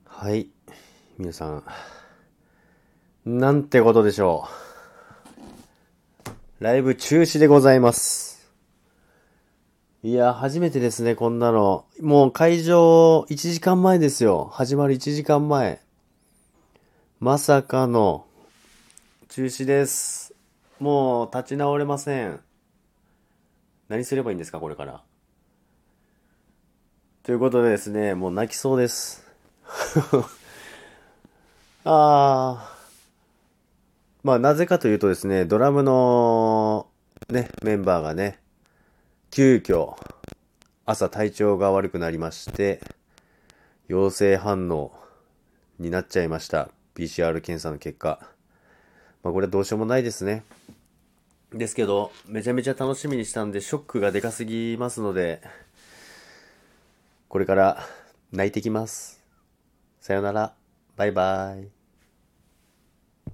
はい。皆さん、なんてことでしょう。ライブ中止でございます。いや、初めてですね、こんなの。もう会場1時間前ですよ。始まる1時間前。まさかの中止です。もう立ち直れません。何すればいいんですか、これから。ということでですね、もう泣きそうです。あー。まあ、なぜかというとですね、ドラムのね、メンバーがね、急遽朝体調が悪くなりまして、陽性反応になっちゃいました。PCR 検査の結果。まあこれはどうしようもないですね。ですけど、めちゃめちゃ楽しみにしたんで、ショックがでかすぎますので、これから泣いてきます。さよなら。バイバイ。